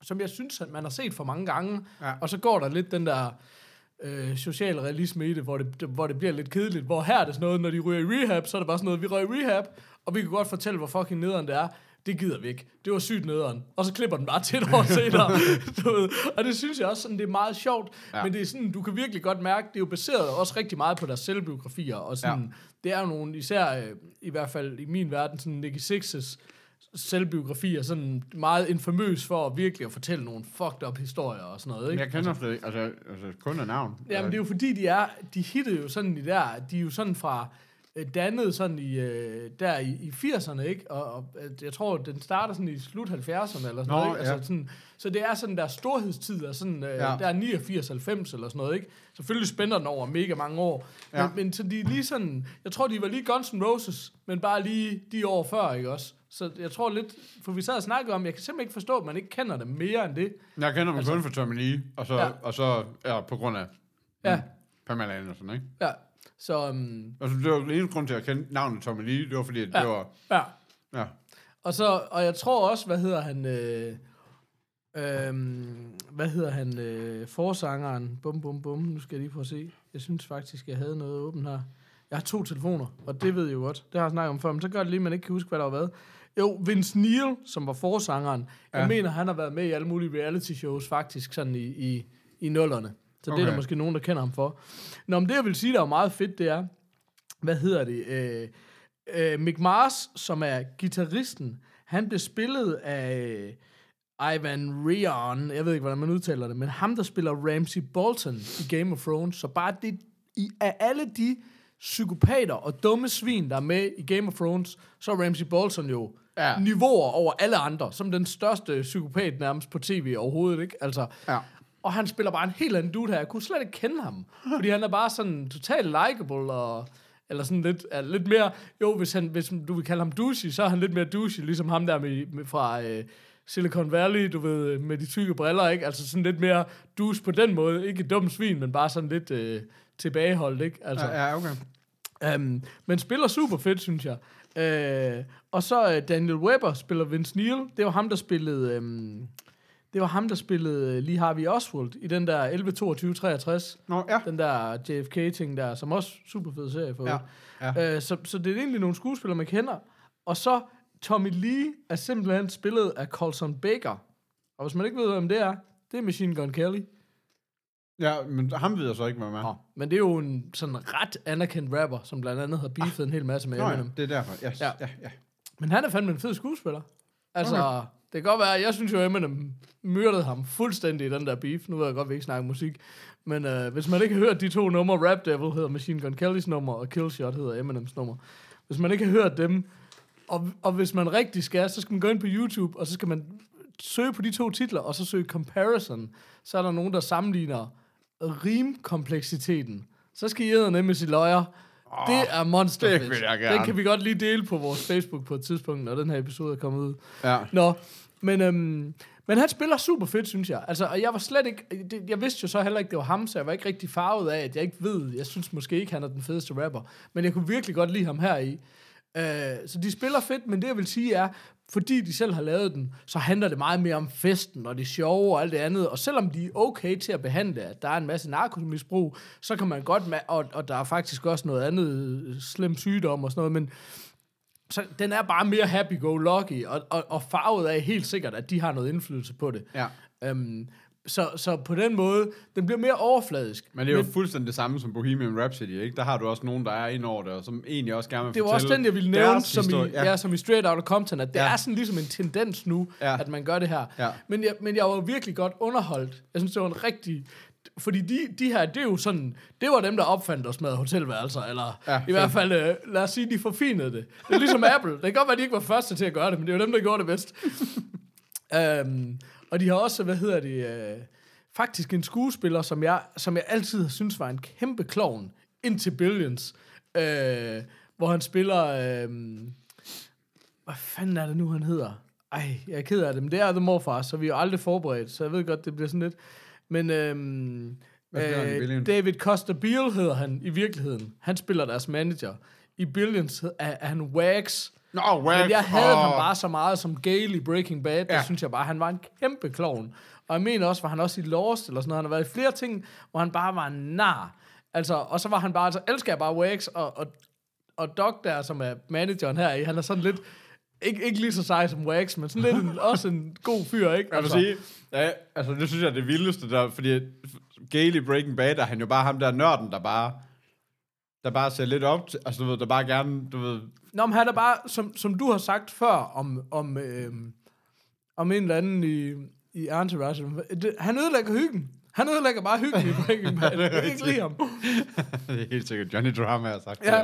som jeg synes, at man har set for mange gange, Ja. og så går der lidt den der øh, social realisme i det, hvor det, det, hvor det bliver lidt kedeligt, hvor her er det sådan noget, når de ryger i rehab, så er det bare sådan noget, vi røg i rehab, og vi kan godt fortælle, hvor fucking nederen det er. Det gider vi ikke. Det var sygt nederen. Og så klipper den bare til et år senere. Du ved. Og det synes jeg også, sådan, det er meget sjovt. Ja. Men det er sådan, du kan virkelig godt mærke, det er jo baseret også rigtig meget på deres selvbiografier. Og sådan, ja. Det er jo nogle, især øh, i hvert fald i min verden, sådan Nicky Sixx's selvbiografi er sådan meget infamøs for at virkelig at fortælle nogle fucked up historier og sådan noget, ikke? Jeg kender altså, det ikke, altså, altså kun af navn. Jamen det er jo fordi, de er, de hittede jo sådan i der, de er jo sådan fra, øh, dannet sådan i, øh, der i, i firserne, ikke? Og, og jeg tror, den starter sådan i slut halvfjerdserne eller sådan Nå, noget, ikke? Altså ja. sådan, så det er sådan der storhedstid, er sådan, øh, ja. Der er niogfirs halvfems eller sådan noget, ikke? Selvfølgelig spænder den over mega mange år, ja. men, men så de er lige sådan, jeg tror, de var lige Guns N' Roses, men bare lige de år før, ikke også? Så jeg tror lidt, for vi sad og snakkede om, jeg kan simpelthen ikke forstå, at man ikke kender dem mere end det. Jeg kender dem altså, kun for Tommy Lee, og så, ja. og så ja, på grund af ja. mm, Pamela Anderson, ikke? Ja, så... Um, altså, det var den eneste grund til, at jeg kendte navnet Tommy Lee, det var fordi, at ja. det var... Ja. Ja. Og så, og jeg tror også, hvad hedder han... Øh, øh, hvad hedder han? Øh, forsangeren. Bum, bum, bum. Nu skal jeg lige prøve at se. Jeg synes faktisk, jeg havde noget åbent her. Jeg har to telefoner, og det ved jeg jo godt. Det har jeg snakket om før, men så gør det lige, man ikke kan huske, hvad der var været. Jo, Vince Neil, som var forsangeren, ja. Jeg mener, han har været med i alle mulige reality shows, faktisk, sådan i, i, i nullerne. Så okay. Det er der måske nogen, der kender ham for. Nå, men det, jeg vil sige, der er meget fedt, det er, hvad hedder det? Øh, øh, Mick Mars, som er guitaristen, han blev spillet af Ivan Rion, jeg ved ikke, hvordan man udtaler det, men ham, der spiller Ramsay Bolton i Game of Thrones, så bare det, i, af alle de psykopater og dumme svin, der er med i Game of Thrones, så er Ramsay Bolton jo ja. Niveauer over alle andre, som den største psykopat nærmest på tv overhovedet, ikke? Altså, ja. Og han spiller bare en helt anden dude her. Jeg kunne slet ikke kende ham, fordi han er bare sådan totalt likable, og, eller sådan lidt, er lidt mere, jo, hvis, han, hvis du vil kalde ham douchey, så er han lidt mere douchey, ligesom ham der med, med fra øh, Silicon Valley, du ved, med de tykke briller, ikke? Altså sådan lidt mere douche på den måde, ikke et dumt svin, men bare sådan lidt øh, tilbageholdt, ikke? Altså, ja, ja, okay. Um, men spiller super fedt, synes jeg. Uh, og så uh, Daniel Webber spiller Vince Neil. Det var ham, der spillede... Um, det var ham, der spillede uh, Lee Harvey Oswald i den der elleve toogtyve treogtres. Nå, ja. Den der J F K-ting der, som også super fed serie for. Ja, ja. Uh, så, så det er egentlig nogle skuespillere, man kender. Og så Tommy Lee er simpelthen spillet af Colson Baker. Og hvis man ikke ved, hvem det er, det er Machine Gun Kelly. Ja, men ham ved jeg så ikke, hvad med. Oh, men det er jo en sådan ret anerkendt rapper, som blandt andet har beefet ah. en hel masse med Nå, Eminem. Ja, det er derfor. Yes. Ja. Ja, ja. Men han er fandme en fed skuespiller. Altså, okay. Det kan godt være, jeg synes jo, Eminem myrdede ham fuldstændig i den der beef. Nu ved jeg godt, vi ikke snakker musik. Men øh, hvis man ikke har hørt de to numre, Rap Devil hedder Machine Gun Kellys nummer, og Killshot hedder Eminems nummer. Hvis man ikke har hørt dem, og, og hvis man rigtig skal, så skal man gå ind på YouTube, og så skal man søge på de to titler, og så søge comparison. Så er der nogen, der sammenligner rimkompleksiteten. Så skal I æde nemlig sige løjer. Oh, det er monsterfedt. Det Den kan vi godt lige dele på vores Facebook på et tidspunkt, når den her episode er kommet ud. Ja. Nå, men, øhm, men han spiller super fedt, synes jeg. Altså, og jeg var slet ikke... Det, jeg vidste jo så heller ikke, det var ham, så jeg var ikke rigtig farvet af, at jeg ikke ved... Jeg synes måske ikke, han er den fedeste rapper. Men jeg kunne virkelig godt lide ham her i. Uh, så de spiller fedt, men det jeg vil sige er, fordi de selv har lavet den, så handler det meget mere om festen og det sjove og alt det andet. Og selvom de er okay til at behandle, at der er en masse narkomisbrug, så kan man godt, ma- og, og der er faktisk også noget andet slem sygdom og sådan noget, men så den er bare mere happy-go-lucky, og, og, og farvet af helt sikkert, at de har noget indflydelse på det. Ja. Um, Så, så på den måde, den bliver mere overfladisk. Men det er jo men, fuldstændig det samme som Bohemian Rhapsody, ikke? Der har du også nogen, der er ind over det, og som egentlig også gerne vil det fortælle... Det var også den, jeg ville nævne, som i, ja. ja, som i Straight Outta Compton, at det ja. er sådan ligesom en tendens nu, ja. at man gør det her. Ja. Men, jeg, men jeg var virkelig godt underholdt. Jeg synes, det var en rigtig... Fordi de, de her, det er jo sådan... Det var dem, der opfandt os med hotelværelser, eller ja, i hvert fald, øh, lad os sige, de forfinede det. Det er ligesom Apple. Det kan godt være, de ikke var første til at gøre det, men det er jo dem, der gjorde det bedst. um, og de har også, hvad hedder det... Øh, faktisk en skuespiller, som jeg, som jeg altid har syntes var en kæmpe klovn, indtil Billions, øh, hvor han spiller... Øh, hvad fanden er det nu, han hedder? Ej, jeg er ked af det, men det er The Morfar, så vi er aldrig forberedt, så jeg ved godt, det bliver sådan lidt... Men øh, øh, David Costa Beale hedder han i virkeligheden. Han spiller deres manager. I Billions er, er han Wags, Nå, Wax. Men jeg havde oh. ham bare så meget som Gale i Breaking Bad. Der Ja. synes jeg bare, han var en kæmpe klovn. Og jeg mener også, var han også i Lost eller sådan noget. Han har været i flere ting, hvor han bare var en nar. Altså, og så var han bare, altså elsker jeg bare Wax, og, og, og Doc der, som er manageren her, han er sådan lidt, ikke, ikke lige så sej som Wax, men sådan lidt en, også en god fyr, ikke? Jeg vil sige, ja, altså det synes jeg er det vildeste der, fordi Gale i Breaking Bad, er han jo bare ham der nørden, der bare, der bare ser lidt op til, altså du ved, der bare gerne, du ved... Nå, men han er bare, som, som du har sagt før, om, om, øh, om en eller anden i, i Entourage, det, han ødelægger hyggen. Han ødelægger bare hyggen i Breaking Bad. Jeg kan ikke lide ham. Det er helt sikkert Johnny Drama har sagt Ja. det.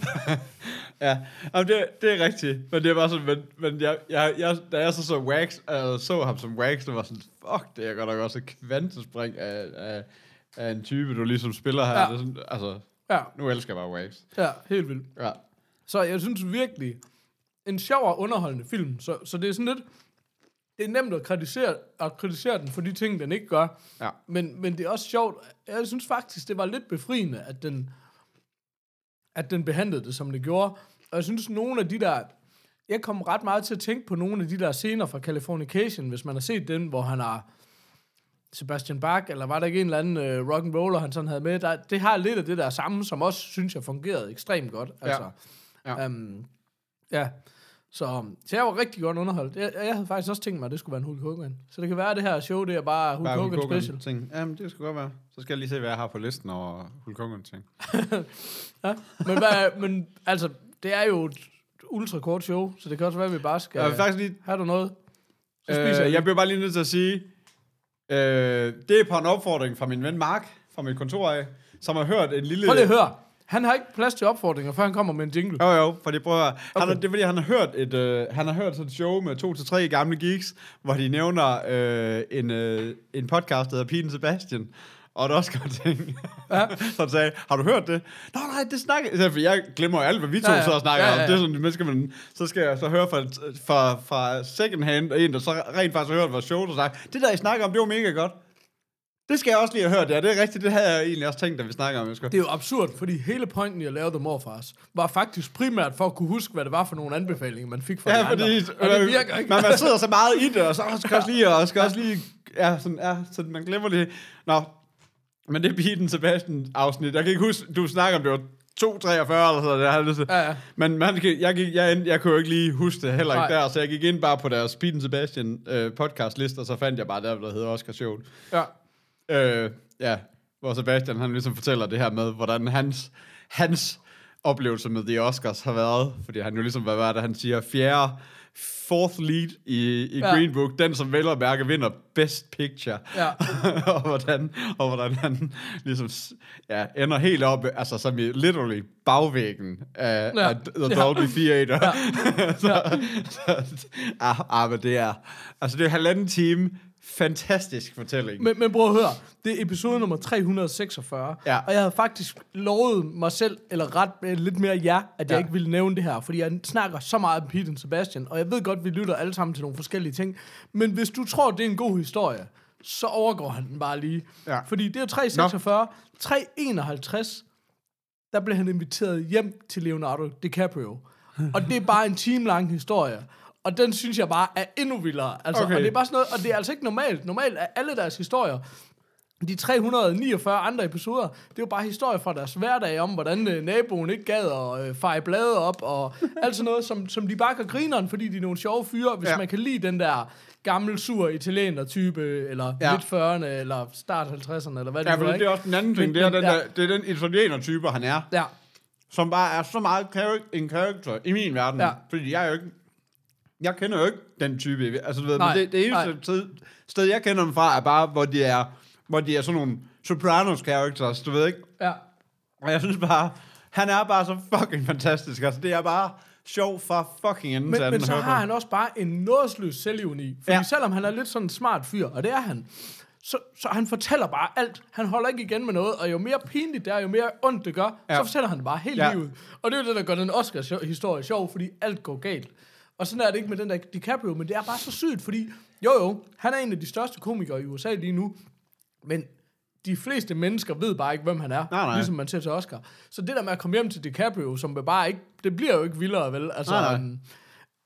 Ja, jamen, det, det er rigtigt. Men det er bare sådan, men, men jeg, jeg, jeg, da jeg så så Wax, uh, så ham som Wax, det var sådan, fuck, det er godt nok også et kvantespring af, af, af en type, du ligesom spiller her. Ja. Det er sådan, altså, Ja, nu elsker jeg bare Wax. ja, helt vildt. Ja. Så jeg synes virkelig, en sjov og underholdende film. Så, så det er sådan lidt, det er nemt at kritisere, at kritisere den for de ting, den ikke gør. Ja. Men, men det er også sjovt. Jeg synes faktisk, det var lidt befriende, at den, at den behandlede det, som det gjorde. Og jeg synes, nogle af de der... Jeg kom ret meget til at tænke på nogle af de der scener fra Californication, hvis man har set den, hvor han har Sebastian Bach, eller var der ikke en eller anden uh, rock and roller, han sådan havde med. Der, det har lidt af det der samme, som også, synes jeg, fungerede ekstremt godt. Altså, Ja. Um, ja. Så, så jeg var rigtig godt underholdt. Jeg, jeg havde faktisk også tænkt mig, at det skulle være en Hulk Hogan. Så det kan være, at det her show, det er bare Hulk Bare Hogan Hulk Hogan special. ting. Jamen, det skal godt være. Så skal jeg lige se, hvad jeg har på listen over Hulk Hogan ting. Ja. Men, hvad, men altså, det er jo et ultra kort show, så det kan også være, at vi bare skal... Jeg vil faktisk lige... Har du noget? Så spiser Øh, jeg. jeg bliver bare lige nødt til at sige, øh, det er på en opfordring fra min ven Mark, fra mit kontor af, som har hørt en lille... Prøv lige at høre. Han har ikke plads til opfordringer, før han kommer med en jingle. Jo, jo, fordi prøv at høre. Han, Okay. okay. Det er fordi, han har hørt et, øh, han har hørt sådan et show med to til tre gamle geeks, hvor de nævner øh, en, øh, en podcast, der hedder Peten Sebastian, og et Oscar-ting. Ja. Så han sagde, har du hørt det? Nå, nej, det snakker jeg. For jeg glemmer jo alt, hvad vi to Ja, ja. så snakker Ja, om. ja, ja. Det er sådan, men skal man, så skal jeg så høre fra, fra, fra second hand, en, der så rent faktisk har hørt vores show, der sagde, det der, I snakker om, det var mega godt. Det skal jeg også lige have hørt, ja. Det er rigtigt, det havde jeg egentlig også tænkt, da vi snakker om. Jeg skulle. Det er jo absurd, fordi hele pointen i at lave The Morfars var faktisk primært for at kunne huske, hvad det var for nogle anbefalinger, man fik fra Ja, de fordi andre. Og det øh, virker ikke. Man, man sidder så meget i det, og så skal også lige, og skal også lige, ja, sådan, ja, så man glemmer det. Nå, men det er Peten Sebastian afsnit. Jeg kan ikke huske, du snakker om, det var to treogfyrre eller sådan, jeg havde lyst til. Ja, ja. Men man, jeg, gik, jeg, jeg, jeg kunne jo ikke lige huske det heller ikke Nej. der, så jeg gik ind bare på deres Peten Sebastian øh, podcastliste, og så fandt jeg bare der, der hedder Oscar Show. Ja. Øh, ja, hvor Sebastian, han ligesom fortæller det her med, hvordan hans, hans oplevelse med The Oscars har været, fordi han jo ligesom, hvad var det, han siger, fjerde, fourth lead i, i Ja. Green Book, den som vel og mærke vinder Best Picture, Ja. og, hvordan, og hvordan han ligesom, s- ja, ender helt op, altså som i literally bagvæggen af, Ja. af The Ja. Dolby Theater. Ja. så, så, ah, ah, men det er, altså det er halvanden time, fantastisk fortælling. Men, men prøv at høre, det er episode nummer tre hundrede og seksogfyrre, Ja. og jeg havde faktisk lovet mig selv, eller ret øh, lidt mere ja, at jeg Ja. ikke ville nævne det her, fordi jeg snakker så meget om Peten Sebastian, og jeg ved godt, vi lytter alle sammen til nogle forskellige ting, men hvis du tror, det er en god historie, så overgår han den bare lige. Ja. Fordi det er jo tre seksogfyrre, tre enoghalvtreds, der blev han inviteret hjem til Leonardo DiCaprio. Og det er bare en time lang historie. Og den synes jeg bare er endnu vildere. Altså, Okay. Og det er bare sådan noget, og det er altså ikke normalt. Normalt er alle deres historier, de tre hundrede og niogfyrre andre episoder, det er jo bare historier fra deres hverdag om, hvordan øh, naboen ikke gad at øh, feje blade op, og alt sådan noget, som, som de bare kan grineren, fordi de er nogle sjove fyre, hvis Ja. ja. man kan lide den der gammel, sur italiener-type, eller Ja. ja. midt fyrrerne, eller start halvtredserne, eller hvad det Ja, nu for er, det er ikke? også den anden ting, Men- det er men- den, ja. der, det er den italiener-type, han er, Ja, som bare er så meget char- en character i min verden, Ja. fordi jeg er jo ikke, jeg kender jo ikke den type, altså du ved, Nej, men det, det eneste nej. sted, sted, jeg kender dem fra, er bare, hvor de er, hvor de er sådan nogle Sopranos characters, du ved ikke, ja. og jeg synes bare, han er bare så fucking fantastisk, altså det er bare sjov fra fucking enden til Men, anden men så at høre har på. han også bare en nådesløs selvivni. Fordi Ja. ja. selvom han er lidt sådan en smart fyr, og det er han, så, så han fortæller bare alt. Han holder ikke igen med noget, og jo mere pinligt det er, jo mere ondt det gør, Ja. ja. så fortæller han bare helt Ja. ja. livet. Og det er jo det, der gør den Oscars-historie sjov, fordi alt går galt. Og sådan er det ikke med den der DiCaprio, men det er bare så sygt, fordi jo jo, han er en af de største komikere i U S A lige nu, men de fleste mennesker ved bare ikke, hvem han er, Nej, nej. ligesom man ser til Oscar. Så det der med at komme hjem til DiCaprio, som bare ikke, det bliver jo ikke vildere, vel? Altså, Nej, nej. um,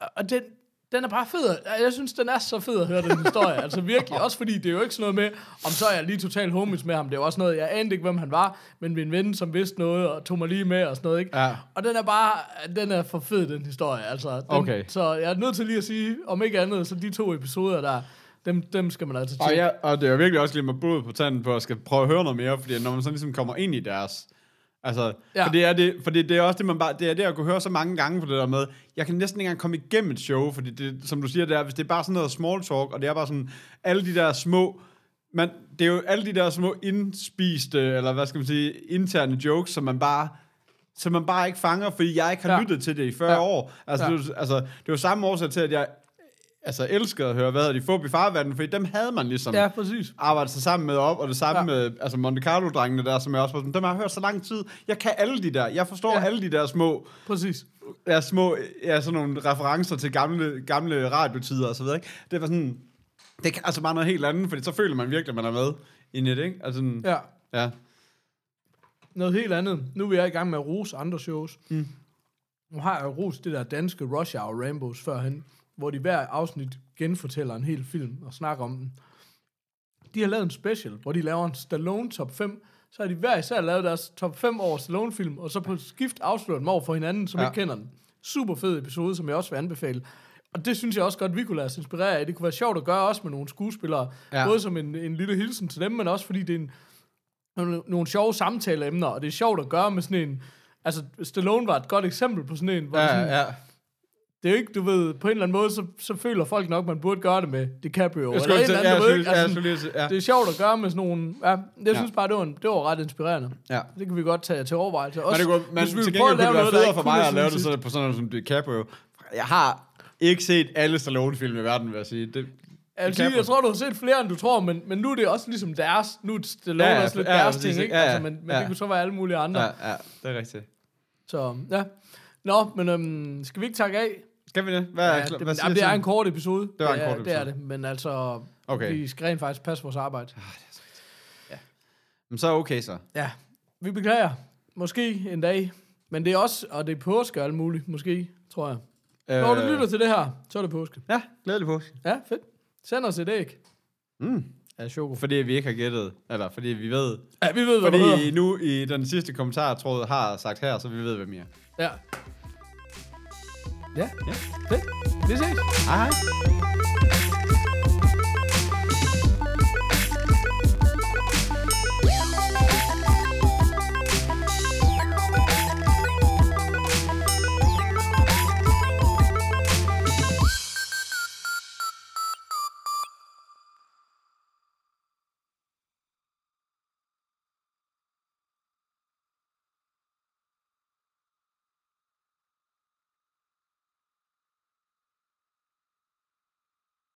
Og den, den er bare fed. Jeg synes, den er så fed at høre den historie. Altså virkelig. Også fordi det er jo ikke sådan noget med, om så er jeg lige totalt homies med ham. Det er jo også noget, jeg anede ikke, hvem han var, men min ven, som vidste noget, og tog mig lige med og sådan noget, ikke? Ja. Og den er bare, den er for fed, den historie. Altså, den, Okay. Så jeg er nødt til lige at sige, om ikke andet, så de to episoder der, dem, dem skal man altså Og, tjekke. ja, og det er jo virkelig også lige med blod på tanden på, at skal prøve at høre noget mere, fordi når man så ligesom kommer ind i deres... Altså, Ja. for, det er det, fordi det er også det, man bare... Det er det, at kunne høre så mange gange på det der med, jeg kan næsten ikke engang komme igennem et show, fordi det, som du siger, det er, hvis det er bare sådan noget small talk, og det er bare sådan, alle de der små... Man, det er jo alle de der små indspiste, eller hvad skal man sige, interne jokes, som man bare... som man bare ikke fanger, fordi jeg ikke har Ja. lyttet til det i fyrre Ja. år. Altså, Ja. det, var- altså, det var samme årsag til, at jeg altså, elskede at høre, hvad hedder de, Fubi Farvanden, fordi dem havde man ligesom Ja, præcis. arbejdet sig sammen med op, og det samme Ja. med altså Monte Carlo-drengene der, som jeg også var sådan, dem har jeg hørt så lang tid. Jeg kan alle de der, jeg forstår Ja. alle de der små, Præcis. ja, små, ja, sådan nogle referencer til gamle, gamle radiotider og så videre, ikke? Det var sådan, det er altså bare noget helt andet, fordi så føler man virkelig, at man er med i net, ikke? Altså sådan, Ja. ja. Noget helt andet. Nu er vi i gang med at rose andre shows. Mm. Nu har jeg jo rost det der danske Rush Hour Rainbows førhen, hvor de hver afsnit genfortæller en hel film og snakker om den. De har lavet en special, hvor de laver en Stallone top fem. Så har de hver især lavet deres top fem over Stallone-film, og så på skift afslører dem over for hinanden, som Ja. ikke kender den. Super fed episode, som jeg også vil anbefale. Og det synes jeg også godt, vi kunne lade os inspirere af. Det kunne være sjovt at gøre også med nogle skuespillere. Ja. Både som en, en lille hilsen til dem, men også fordi det er en, nogle, nogle sjove samtaleemner, og det er sjovt at gøre med sådan en... Altså, Stallone var et godt eksempel på sådan en, hvor Ja, sådan, ja. det er jo ikke, du ved, på en eller anden måde, så, så føler folk nok, man burde gøre det med DiCaprio. Jeg Eller skulle et til, eller andet, ja, du ved jeg ikke. skulle, ja, jeg Altså, skulle lige til, ja. det er sjovt at gøre med sådan nogle... Ja, jeg Ja. synes bare, det var, en, det var ret inspirerende. Ja. Det kan vi godt tage til overvejelse. Men Også, det kunne, men hvis vi til vil prøve gengæld at kunne lave det være noget, der federe ikke for kunne mig være at lave det sådan sådan på sådan noget som DiCaprio. Jeg har ikke set alle Stallone-film i verden, vil jeg sige. Det, Jeg vil sige, jeg tror, du har set flere, end du tror, men, men nu er det også ligesom deres. Nu er Stallone Ja, ja, også lidt ja, ja, deres præcis, ting, ikke? ja, ja, Altså, men men ja. det kunne så være alle mulige andre. ja, ja, det er rigtigt. Så, ja. Nå, men øhm, skal vi ikke takke af? Skal vi det? Hvad er, Ja, ja, det, hvad men, siger jamen, det er tiden? en kort episode. Det var en er- kort Det er episode. det, men altså, Okay. vi skal rent faktisk passe vores arbejde. Men så okay så. Ja, vi beklager. Måske en dag. Men det er også, og det er påske og alt muligt, måske, tror jeg. Når du lytter til det her, så er det påske. Ja, glædelig påske. Ja, fedt. Send os et æg. Mm. Ja, choco. Fordi vi ikke har gættet, eller fordi vi ved. Ja, vi ved, hvad du hedder. Fordi nu i den sidste kommentar, tror jeg, har sagt her, så vi ved, hvem I er. Ja. Ja, Ja. fedt. Vi ses. Hej hej.